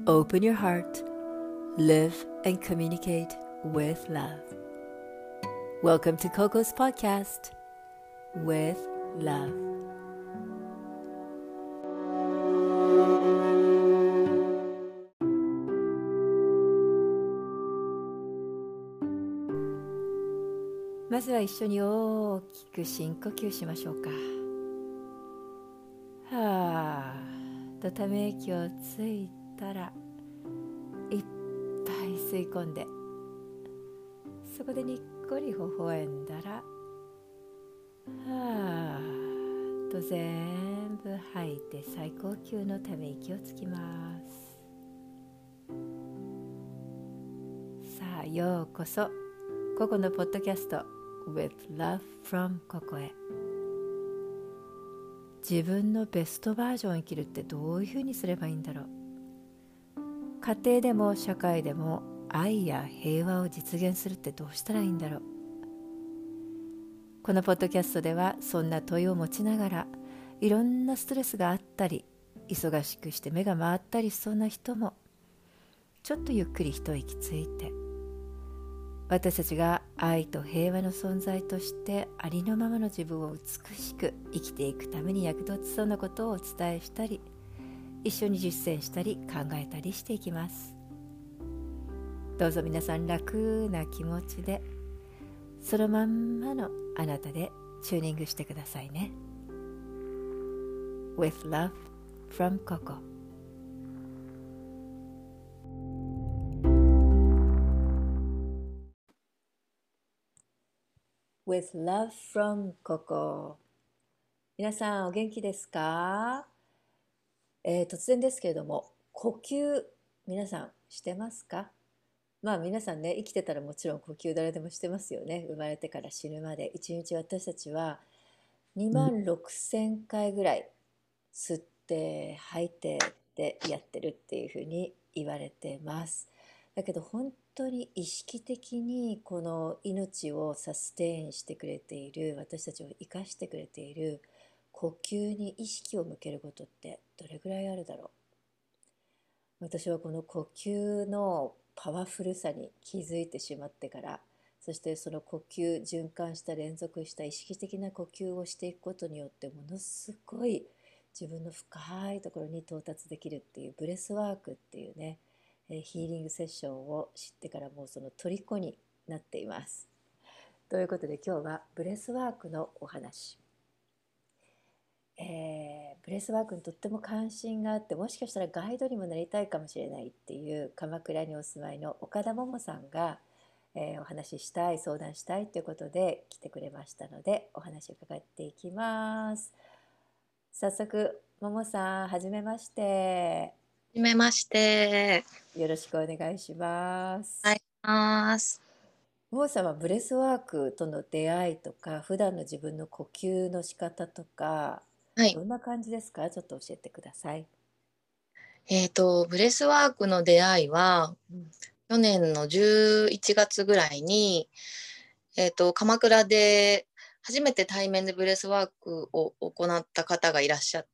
Open your heart, live and communicate with love. Welcome to Coco's podcast with love.まずは一緒に大きく深呼吸しましょうか。はーとため息をついたらいっぱい吸い込んで、そこでにっこり微笑んだらはーと全部吐いて最高級のため息をつきます。さあようこそココのポッドキャスト With Love from Coco へ。自分のベストバージョンを生きるってどういうふうにすればいいんだろう。家庭でも社会でも愛や平和を実現するってどうしたらいいんだろう。このポッドキャストではそんな問いを持ちながら、いろんなストレスがあったり忙しくして目が回ったりしそうな人もちょっとゆっくり一息ついて、私たちが愛と平和の存在としてありのままの自分を美しく生きていくために役立ちそうなことをお伝えしたり、一緒に実践したり考えたりしていきます。どうぞ皆さん楽な気持ちで、そのまんまのあなたでチューニングしてくださいね。 With love from Coco。 With love from Coco。 皆さんお元気ですか？突然ですけれども、呼吸皆さんしてますか？皆さんね、生きてたらもちろん呼吸誰でもしてますよね。生まれてから死ぬまで1日私たちは2万6,000回ぐらい吸って吐いてってやってるっていうふうに言われてます。だけど本当に意識的にこの命をサステインしてくれている、私たちを生かしてくれている呼吸に意識を向けることってどれぐらいあるだろう。私はこの呼吸のパワフルさに気づいてしまってから、そしてその呼吸、循環した連続した意識的な呼吸をしていくことによって、ものすごい自分の深いところに到達できるっていうブレスワークっていうね、ヒーリングセッションを知ってからもうその虜になっています。ということで今日はブレスワークのお話。ブレスワークにとっても関心があって、もしかしたらガイドにもなりたいかもしれないっていう鎌倉にお住まいの岡田桃さんが、お話ししたい、相談したいということで来てくれましたので、お話を伺っていきます。早速桃さん、はじめまして。 はじめまして。 よろしくお願いします。 はい、ます。 桃さんはブレスワークとの出会いとか、普段の自分の呼吸の仕方とか、 はい。 どんな感じですか？ちょっと教えてください。 ブレスワークの出会いは、 うん。 去年の11月ぐらいに、鎌倉で初めて対面でブレスワークを行った方がいらっしゃって、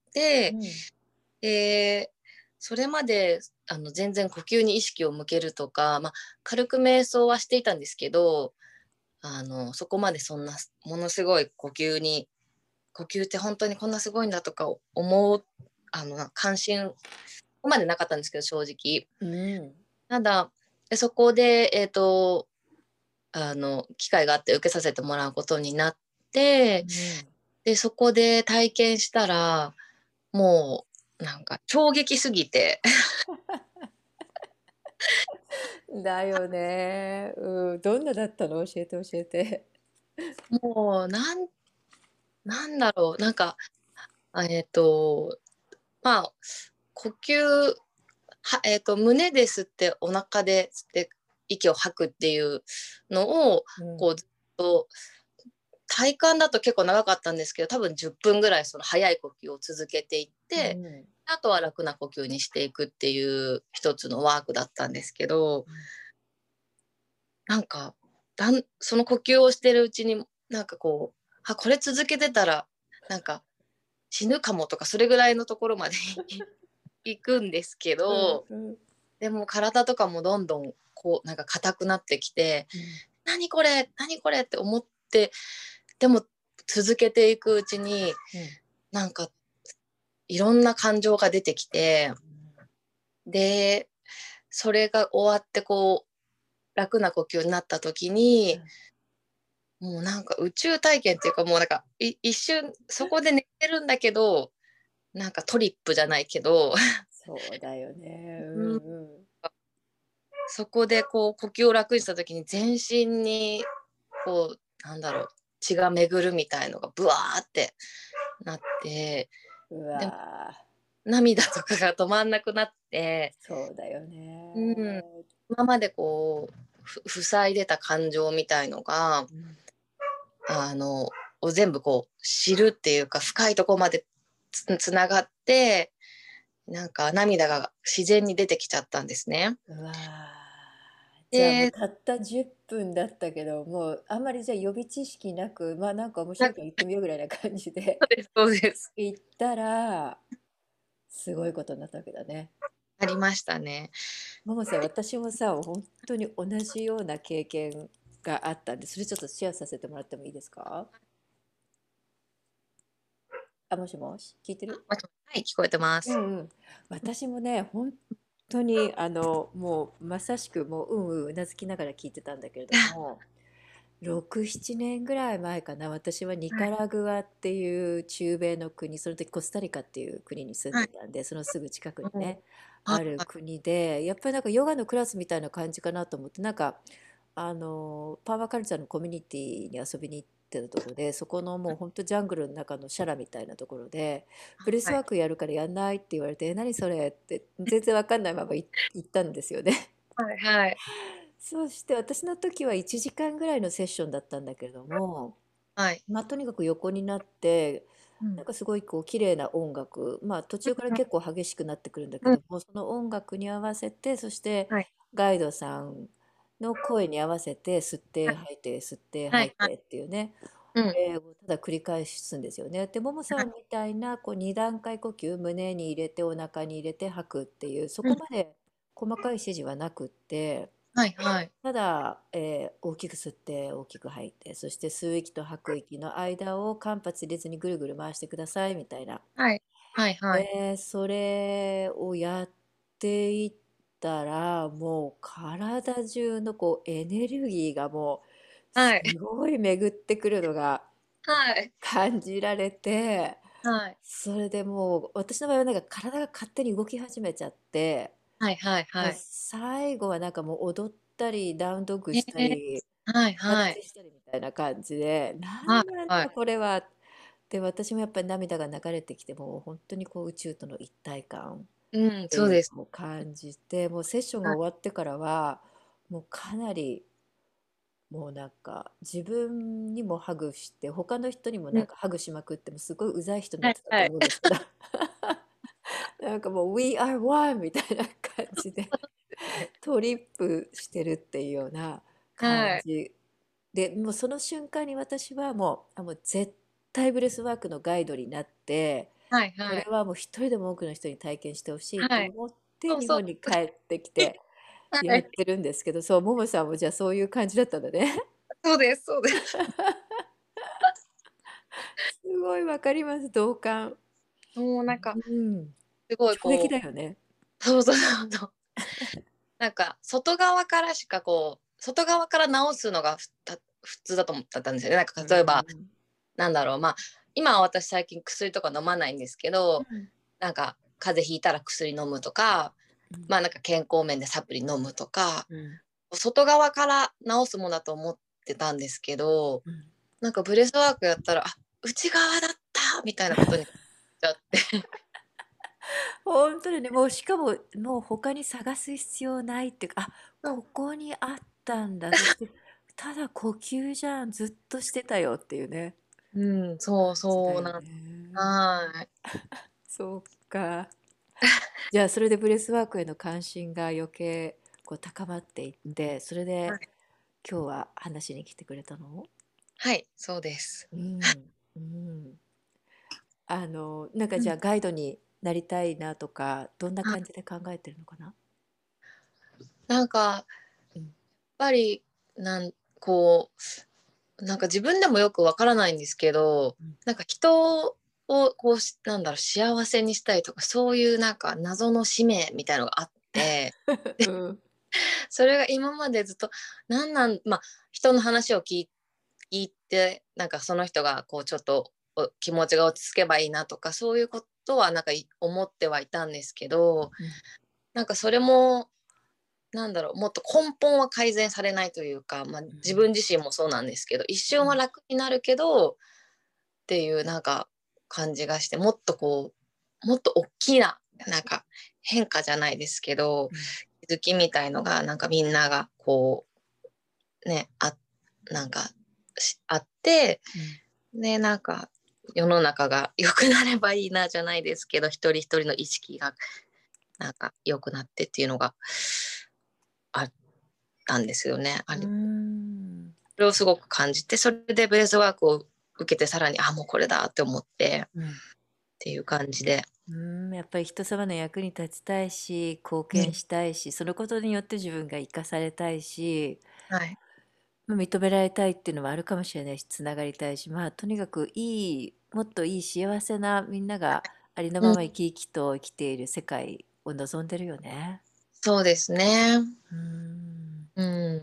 うん。 で、それまで全然呼吸に意識を向けるとか、軽く瞑想はしていたんですけど、そこまでそんなものすごい呼吸って本当にこんなすごいんだとか思う関心ここまでなかったんですけど、正直。 うん。 ただそこで、機会があって受けさせてもらうことになって、 うん。 でそこで体験したら、もうなんか衝撃すぎてだよね。うん。どんなだったの？教えて教えて。 もうなんだろう、なんかえっ、とまあ呼吸は、胸で吸ってお腹で吸って息を吐くっていうのをうん。 こうずっと、体感だと結構長かったんですけど、多分10分ぐらいその速い呼吸を続けていって、 うん。 あとは楽な呼吸にしていくっていう一つのワークだったんですけど、なんかその呼吸をしてるうちになんかこう、これ続けてたらなんか死ぬかもとか、それぐらいのところまで行くんですけうん。 ど、 うん。 でも体とかもどんどんこうなんか硬くなってきて、 うん、 何これ何これって思って、でも続けていくうちにうん、 なんかいろんな感情が出てきて、でそれが終わってこう楽な呼吸になった時に、もうなんか宇宙体験っていうか、もうなんか一瞬そこで寝てるんだけど、なんかトリップじゃないけど、 そうだよね。ううん、 んうん。 そこでこう呼吸を楽にした時に全身にこうなんだろう、血が巡るみたいのがブワーってなって、 うでもわー、 涙とかが止まんなくなって、 そうだようね。 ん、今までこう塞いでた感情みたいのが、 うん、 あのを全部こう知るっていうか、深いところまでつながって、なんか涙が自然に出てきちゃったんですね。 うわー、じゃあもうで、 たった10分だったけど、もうあんまりじゃあ予備知識なく、まあなんか面なんか白いから行ってみようぐらいな感じでそうですそうです。 行ったら、すごいことになったわけだね。 ありましたね。 ももさん、私もさ、本当に同じような経験があったんで、それちょっとシェアさせてもらってもいいですか？あ、もしもし、聞いてる？ はい、聞こえてます。 うんうん。私もね、本当に、もうまさしく、もう、うんうん、うなずきながら聞いてたんだけれども、6、7年ぐらい前かな、私はニはい、 カラグアっていう中米の国、その時コスタリカっていう国に住んはい、 でたんで、そのすぐ近くにうん、 ね、 はい、 ある国で、やっぱりなんかヨガのクラスみたいな感じかなと思って、なんか、パーマカルチャーのコミュニティに遊びに行ってたところで、そこのもう本当ジャングルの中のシャラみたいなところで、ブレスはい、 ワークやるからやんないって言われて、何それって全然わかんないまま行ったんですよね。 はい、はい、 そして私の時は1時間ぐらいのセッションだったんだけれども、 はい、 まあ、とにかく横になって、 うん、 なんかすごいこう綺麗な音楽、まあ、途中から結構激しくなってくるんだけうん、 ども、その音楽に合わせて、そしてはい、 ガイドさんの声に合わせて吸ってはい、 吐いて吸ってはい、はい、 吐いてっていうね、 うん、 をただ繰り返すんですよね。でももさはい、 んみたいなこう2段階呼吸、胸に入れてお腹に入れて吐くっていう、そうん、 こまで細かい指示はなくって。 はい、はい、 ただ、大きく吸って大きく吐いて、そして吸う息と吐く息の間を間髪入れずにぐるぐる回してくださいみたいな。 はい、はい、はい、 それをやっていったら、もう体中のこうエネルギーがもうすはい、 ごい巡ってくるのがはい、 感じられて、 はい、 それでもう私の場合はなんか体が勝手に動き始めちゃって、 はい、はい、 もうはい、 最後はなんかもう踊ったりダウンドッグえしたりはい、 空はい、 手したりみたいな感じで、なはい、 んなんだはい、 これは。で、私もやっぱり涙が流れてきて、もう本当にこう宇宙との一体感っうん、 ていうそうです。 のを感じて、もうセッションがはい、 終わってからは、もうかなり、もうなんか自分にもハグして、他の人にもうん、 なんかハグしまくって、もすごいうざい人になはい、 ってたとはい、 思うんですけど、なんかもう We are one みたいな感じでトリップしてるっていうような感はい、 じで、もうその瞬間に私はもう、もう絶対ブレスワークのガイドになって、 はい、はい、 これはもう一人でも多くの人に体験してほしいとはい、 思って日そうそう、 本に帰ってきてはい、 やってるんですけど、そう、ももさんもじゃあそういう感じだったんだね。 そうです、そうです。 すごいわかります、同感。 もうなんか、 うん、 すごい衝撃こう、 だよね。 そうそうそうそう。なんか、外側からしかこう、外側から治すのが普通だと思ってたんですよね。なんか、 う例えば、 ん、 なんだろう、まあ、今は私最近薬とか飲まないんですけど、 うん、 なんか、風邪ひいたら薬飲むとか、 うん、 まあなんか健康面でサプリ飲むとか、 うん、 外側から治すものだと思ってたんですけど、 うん。 なんかブレスワークやったら、あ、内側だったみたいなことになっちゃって。 本当にね、もうしかももう他に探す必要ないっていうか、あ、 そう、 ここにあったんだ。そしてただ呼吸じゃん、ずっとしてたよっていうね、 うん、そう感じだそうなん。 よね。 はい。 そうか。じゃあそれでブレスワークへの関心が余計こう高まっていって、それではい。 今日は話しに来てくれたの？ はい、そうです。 うん、うん。なんかうん。 じゃあガイドになりたいなとか、どんなはい。 感じで考えてるのかな？ なんかやっうん。 ぱりこなんか自分でもよくわからないんですけど、 うん。 なんか人をなんだろう、幸せにしたいとか、そういうなんか謎の使命みたいのがあって、 うん。 それが今までずっと、まあ、人の話を聞いて、なんかその人がこうちょっと気持ちが落ち着けばいいなとか、そういうことはなんか思ってはいたんですけど、 うん。 なんかそれも、なんだろう、もっと根本は改善されないというか、まあ、自分自身もそうなんですけど、一瞬は楽になるけどっていうなんか感じがして、もっと大きななんか変化じゃないですけど、 うん。 気づきみたいのがなんかみんながこうね、なんかあって、 うん。 ね、なんか世の中が良くなればいいなじゃないですけど、一人一人の意識がなんか良くなってっていうのがあったんですよね。 うーん。 それをすごく感じて、それでブレスワークを受けてさらに、もうこれだって思ってっうん。 ていう感じで。 うーん、やっぱり人様の役に立ちたいし、貢献うん、 したいし、そのことによって自分が生かされたいし、 はい。 まあ認められたいっていうのもあるかもしれないし、つながりたいし、まあとにかくもっといい幸せなみんながありのうん、 まま生き生きと生きている世界を望んでるよね。 そうですね。 うーん。 うん。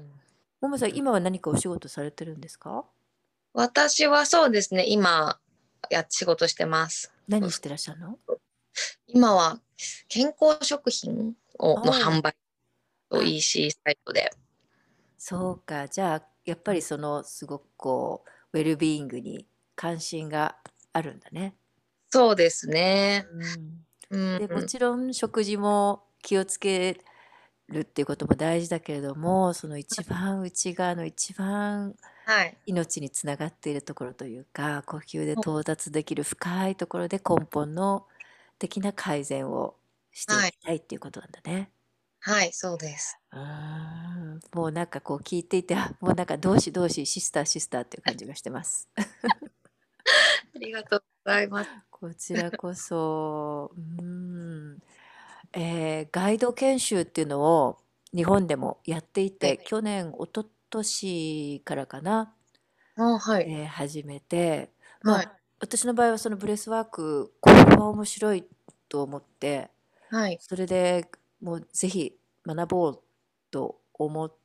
ももさん、今は何かお仕事されてるんですか？ 私はそうですね、今、仕事してます。 何してらっしゃるの？ 今は健康食品のおお。 販売とあ、 EC サイトで。 そうか。じゃあ、やっぱりすごくウェルビーイングに関心があるんだね。 そうですね。 うん。 うで、もん。 ちろん食事も気をつけるっていうことも大事だけれども、その一番内側の一番はい。 命につながっているところというか、呼吸で到達できる深いところで根本の的な改善をしていはい。 きたいっていうことなんだね。 はい、そうです。 もうなんか聞いていて、もうなんか同志同志、シスターシスターっていう感じがしてます。 ありがとうございます。 こちらこそ、ガイド研修っていうのを日本でもやっていて、 はい。 去年、一昨年からかな、 はい。 始めて、まはい。 あ、私の場合はそのブレスワーク、これは面白いと思って、 はい。 それでもうぜひ学ぼうと思って、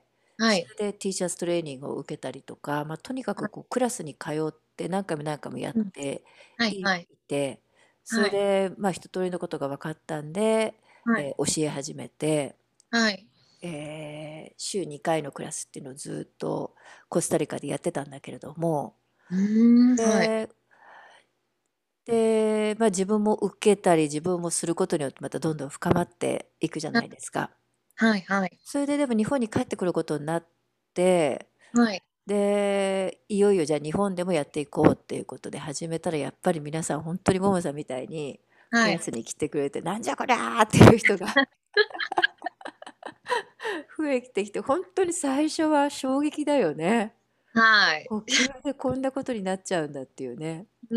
はい。 それでティーチャーズトレーニングを受けたりとか、まあ、とにかくクラスに通って何回も何回もやっうん。 てはい。 いはい。 て、それはい。 でまあ一通りのことが分かったんで、 はい。 教え始めて、 はい。 週2回のクラスっていうのをずっとコスタリカでやってたんだけれども、 はい。 で、まあ、自分も受けたり自分もすることによってまたどんどん深まっていくじゃないですか。 はい。はい。 それででも日本に帰ってくることになって、 はい。 でいよいよじゃあ日本でもやっていこうっていうことで始めたら、やっぱり皆さん本当にももさんみたいにクはい。 ラスに来てくれて、なんじゃこりゃーっていう人が増えてきて、本当に最初は衝撃だよね。 はい。 呼吸でこんなことになっちゃうんだっていうね。 うん。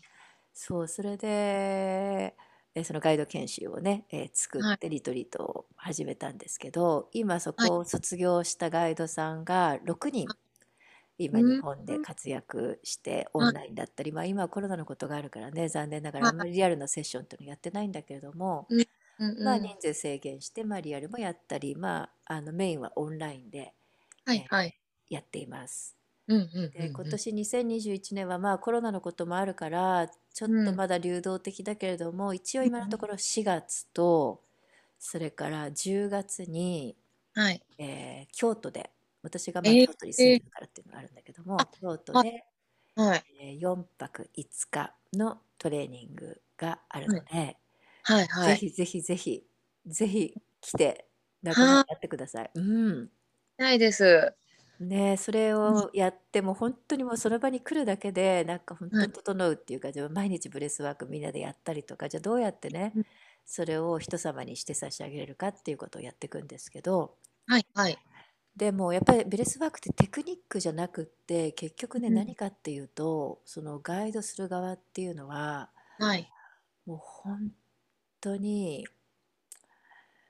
そう、それで、そのガイド研修をね、作っはい。 てリトリートを始めたんですけど、今そはい。 こを卒業したガイドさんが6人今日うん。 本で活躍してオはい。 ンラインだったり、まあ、今はコロナのことがあるからね、残念ながらあんまりはい。 リアルなセッションっていうのやってないんだけれども、 うん。うん。 まあ、 うん。 人数制限して、まあ、リアルもやったり、まあ、メインはオンラインで、 はい。 えーはい。 やっています。 うん。うん。うで、今ん。 年2021年はまあコロナのこともあるから、ちょっうん。うん。 とまだ流動的だけれども、一応うん。 今のところ4月と、それから10月に、 はい。 京都で、私がまあえ京都に住んでー、 るからっていうのがあるんだけども、 あ、 京都はい。 で、 はい。 4泊5日のトレーニングがあるはい。 ので、 はい。はい。 ぜひぜひぜひ、ぜひ来て仲間にはい。 なってください。 ないです。 ね、それうん。 をやっても本当にもうその場に来るだけでなんか本当にはい。 整うっていうか、じゃあ毎日ブレスワークみんなでやったりとか、じゃあどうやってね、 うん。 それを人様にして差し上げれるかっていうことをやっていくんですけど、 はい。はい。 でもやっぱりブレスワークってテクニックじゃなくって、結局ね、 うん。 何かっていうと、そのガイドする側っていうのははい。 もう本当に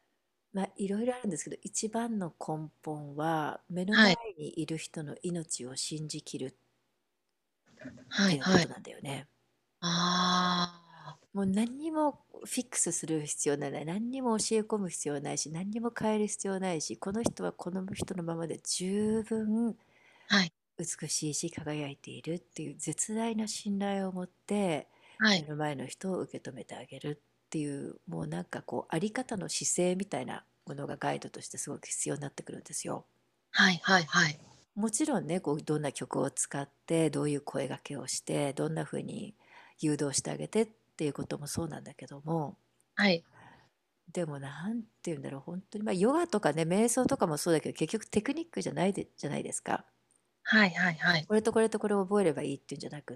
まあ、いろいろあるんですけど、一番の根本は、目の前はい。 にいる人の命を信じきるっはいはい。 ていうことなんだよね。 ああ。 もう何にもフィックスする必要ない、何にも教え込む必要ないし、何にも変える必要ないし、この人はこの人のままで十分はい。 美しいし輝いているっていう絶大な信頼を持ってはい。 目の前の人を受け止めてあげるっていう、もうなんかこうあり方の姿勢みたいなものがガイドとしてすごく必要になってくるんですよ。 はいはいはい。 もちろんね、こうどんな曲を使ってどういう声掛けをしてどんな風に誘導してあげてっていうこともそうなんだけども、 はい。 でもなんて言うんだろう、本当にまあヨガとかね瞑想とかもそうだけど結局テクニックじゃないですか。 はいはいはい。 これとこれとこれを覚えればいいっていうんじゃなくって、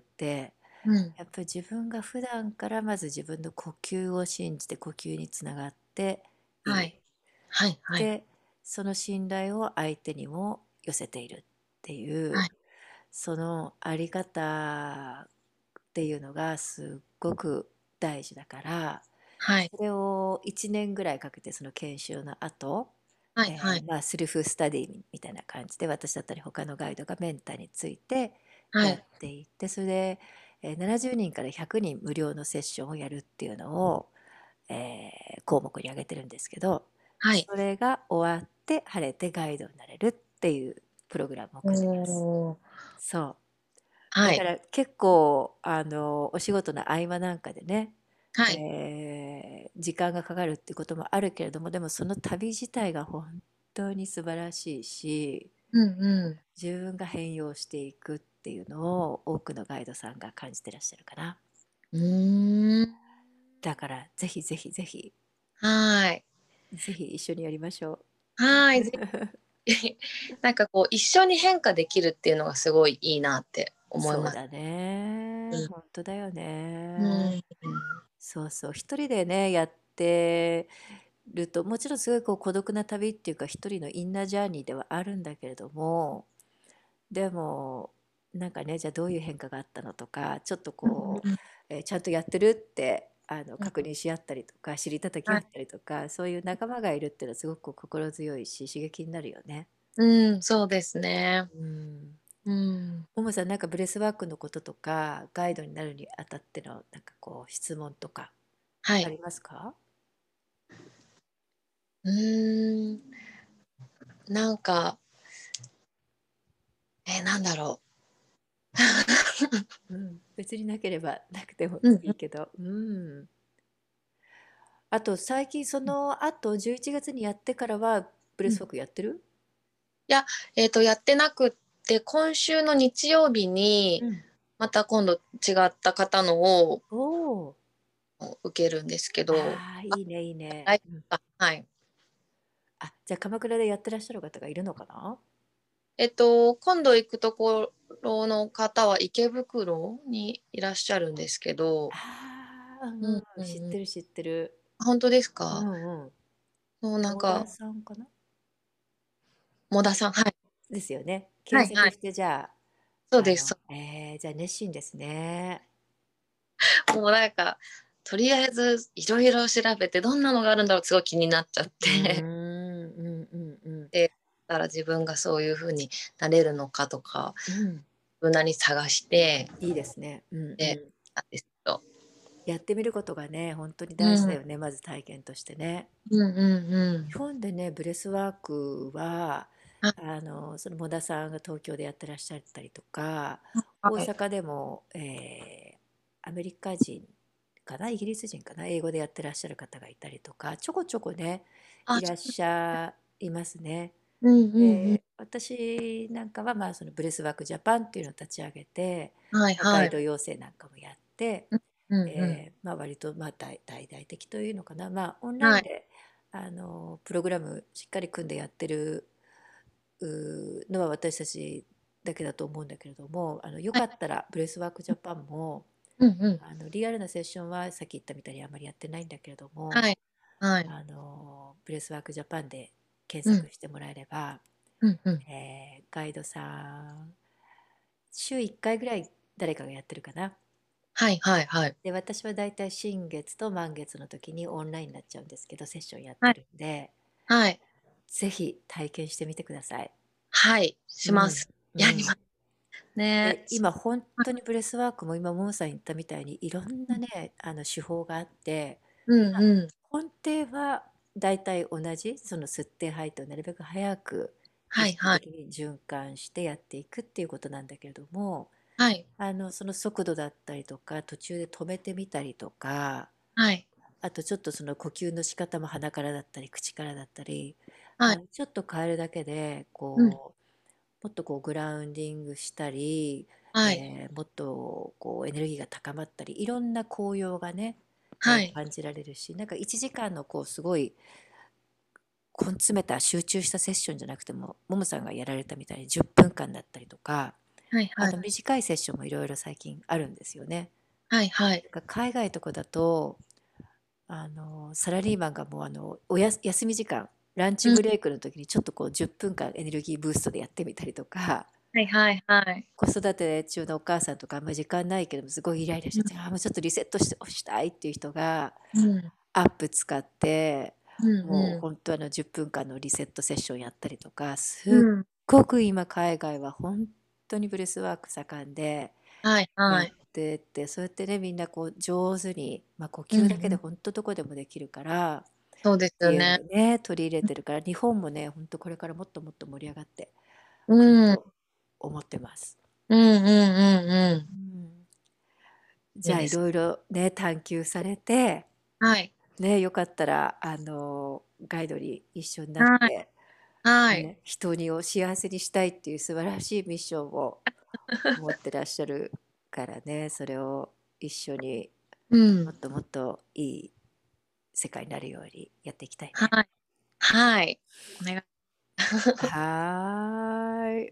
うん。 やっぱり自分が普段からまず自分の呼吸を信じて呼吸につながっている。 はい。はいはい。 で、その信頼を相手にも寄せているっていう、 はい。 そのあり方っていうのがすっごく大事だから、 はい。 それを1年ぐらいかけてその研修の後、 はいはい。 まあ、セルフスタディみたいな感じで私だったり他のガイドがメンターについてやっはい。 ていって、それで、70人から100人無料のセッションをやるっていうのを、項目に挙げてるんですけど、 はい。 それが終わって晴れてガイドになれるっていうプログラムを組んでます。 おー。 そうだかはい。 ら結構お仕事の合間なんかでね、 はい。 時間がかかるっていうこともあるけれども、でもその旅自体が本当に素晴らしいし、 うんう自分が変容していくっていうのを多くのガイドさんが感じてらっしゃるかな。 ん。うーん。 だからぜひぜひぜひはい。 ぜひ一緒にやりましょはい。 う。 ぜひなんかこう、一緒に変化できるっていうのがすごいいいなって思います。 そうだね。 うん。 本当だようね。 ん。 そうそう。一人でね、やってると、もちろんすごいこう孤独な旅っていうか、一人のインナージャーニーではあるんだけれども、でも、なんかね、じゃあどういう変化があったのとか、ちょっとこう、 うんちゃんとやってるってうん。 確認し合ったりとか、尻叩きはい。 合ったりとか、そういう仲間がいるっていうのはすごく心強いし、刺激になるよね。 うん、そうですね。 うん。 うん。 ももさん、なんかブレスワークのこととか、ガイドになるにあたっての、なんかこう、質問とかはい。 ありますか？ うーん。なんか、なんだろうん、別になければなくてもう。うんうん。 いいけど、うん。あと最近その後11月にやってからはブレうん。いスワークやってる？ や、やってなくって、今週の日曜日に、 うん。 また今度違った方のをおお、 受けるんですけど、 ああ、いいね、いいね。 来うん。 あ、はい。 あ、じゃあ鎌倉でやってらっしゃる方がいるのかな？ 今度行くところの方は池袋にいらっしゃるんですけど、 ああー、うんうんうん、知っうんうん。 てる知ってる。 本当ですうか？ んうん。 そう、なんか、 野田さんかな？ もださん、はい。 ですよね。 はいはい。 検索してじゃあ、 そうです。 じゃあ熱心ですね。 もうなんか、とりあえずいろいろ調べてどんなのがあるんだろう、すごい気になっちゃっうーん、 て。 うんうんうん。 で、だから自分がそういう風になれるのかとか、 うん、 自分なりに探して、 いいですね。うんで、 うん。 なんですけど。 やってみることがね、本当にうん。 大事だよね、まず体験としてね。 うんうんうん。 日本でね、ブレスワークは、 はそのモダさんが東京でやってらっしゃったりとか、大はい。 阪でも、アメリカ人かな、イギリス人かな、英語でやってらっしゃる方がいたりとか、ちょこちょこね、 あ、 いらっしゃいますね。 うんうんうん。 私なんかは、まあ、そのブレスワークジャパンっていうのを立ち上げて、まあ、ガはいはい。 イド養成なんかもやって、 うんうん。 まあ、割とまあ大々的というのかな、まあ、オンライはい。 ンでプログラムしっかり組んでやってるのは私たちだけだと思うんだけれども、よはい。 かったらブレスワークジャパンもうんうん。 リアルなセッションはさっき言ったみたいにあまりやってないんだけれども、 はい。はい。 ブレスワークジャパンで検うん。 索してもらえれば、 うんうん。 ガイドさん週1回ぐらい誰かがやってるかな。 はいはいはい。 で、私はだいたい新月と満月の時にオンラインになっちゃうんですけど、セッションやってはい。 るんで、 はい。 ぜひ体験してみてください。 はい。しうん、 ます。やりまうん。 すね。 で、今本当にブレスワークも今ももさん言ったみたいにいろんなね、手法があって、 うんまあ、 うん。 根底はだいたい同じ、その吸って吐いてをなるべく早く意はいはい。 識的に循環してやっていくっていうことなんだけれども、 はい。 その速度だったりとか、途中で止めてみたりとか、 はい。 あとちょっとその呼吸の仕方も鼻からだったり口からだったり、 はい。 ちょっと変えるだけでうん。 もっとグラウンディングしたり、 はい。 もっとエネルギーが高まったり、いろんな効用がね、 はい。 感じられるし、なんか1時間のすごい根詰めた集中したセッションじゃなくても、ももさんがやられたみたいに10分間だったりとか、 はいはい。 短いセッションもいろいろ最近あるんですよね。 はいはい。 なんか海外とかだとサラリーマンがもう休み時間ランチうん。 ブレイクの時にちょっと10分間エネルギーブーストでやってみたりとか、 はいはいはい。 子育て中のお母さんとかあんまり時間ないけどもすごいイライラしうん。 ちゃってもうちょっとリセットしたいっていう人がうん。 アップ使ってうんもううん。 本当10分間のリセットセッションやったりとか、すっうん。 ごく今海外は本当にブレスワーク盛んではいやっはい。 てって、そうやってねみんな上手に、呼吸だけでうんうん。 本当どこでもできるからそうですっていうのよね。 をね取り入れてるから、日本もね本当これからもっともっと盛り上がってうん。 くると思ってます。 うんうんうんうん。 うん、じゃあいいいです。 ろいろね探求されてはい。 ね、よかったらガイドに一緒になっはい。 て、 はい。 ね、人を幸せにしたいっていう素晴らしいミッションを持ってらっしゃるからね、それを一緒にうん。 もっともっといい世界になるようにやっていきたいね。 はい。はい。お願い。 はーい、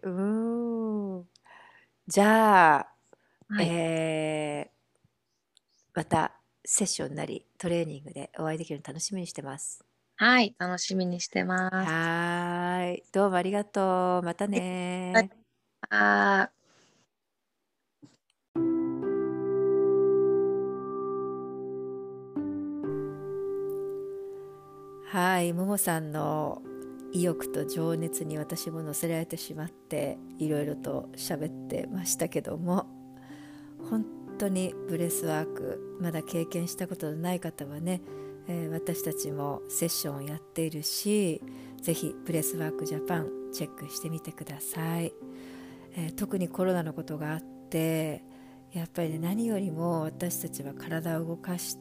じゃあ、 はい。 えまたセッションなりトレーニングでお会いできるの楽しみにしてます。 はい。楽しみにしてます。 はーい、どうもありがとう。またはい。 ね。 あーはい、ももさんの意欲と情熱に私も乗せられてしまっていろいろと喋ってましたけども、本当にブレスワークまだ経験したことのない方はね、私たちもセッションをやっているし、ぜひブレスワークジャパンチェックしてみてください。特にコロナのことがあってやっぱりね、何よりも私たちは体を動かして、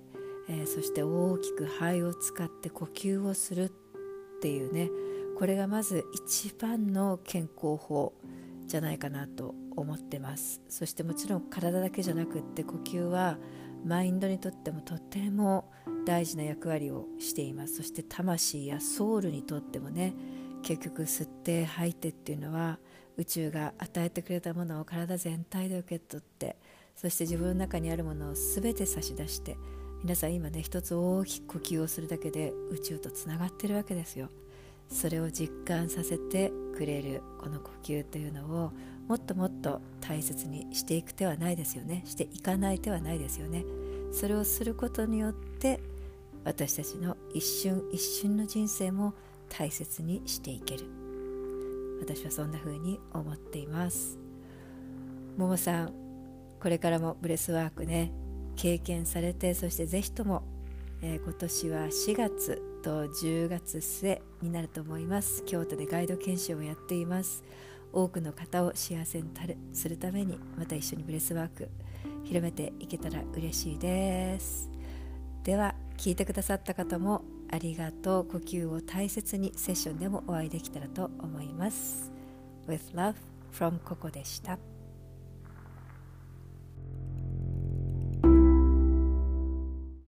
そして大きく肺を使って呼吸をするっていうね、これがまず一番の健康法じゃないかなと思ってます。そしてもちろん体だけじゃなくって呼吸はマインドにとってもとても大事な役割をしています。そして魂やソウルにとってもね、結局吸って吐いてっていうのは宇宙が与えてくれたものを体全体で受け取って、そして自分の中にあるものを全て差し出して、皆さん今ね一つ大きく呼吸をするだけで宇宙とつながってるわけですよ。それを実感させてくれるこの呼吸というのをもっともっと大切にしていく手はないですよね。していかない手はないですよね。それをすることによって私たちの一瞬一瞬の人生も大切にしていける。私はそんな風に思っています。ももさん、これからもブレスワークね経験されて、そしてぜひとも、今年は4月と10月末になると思います。京都でガイド研修をやっています。多くの方を幸せにするためにまた一緒にブレスワーク広めていけたら嬉しいです。では聞いてくださった方もありがとう。呼吸を大切にセッションでもお会いできたらと思います。With love from ココでした。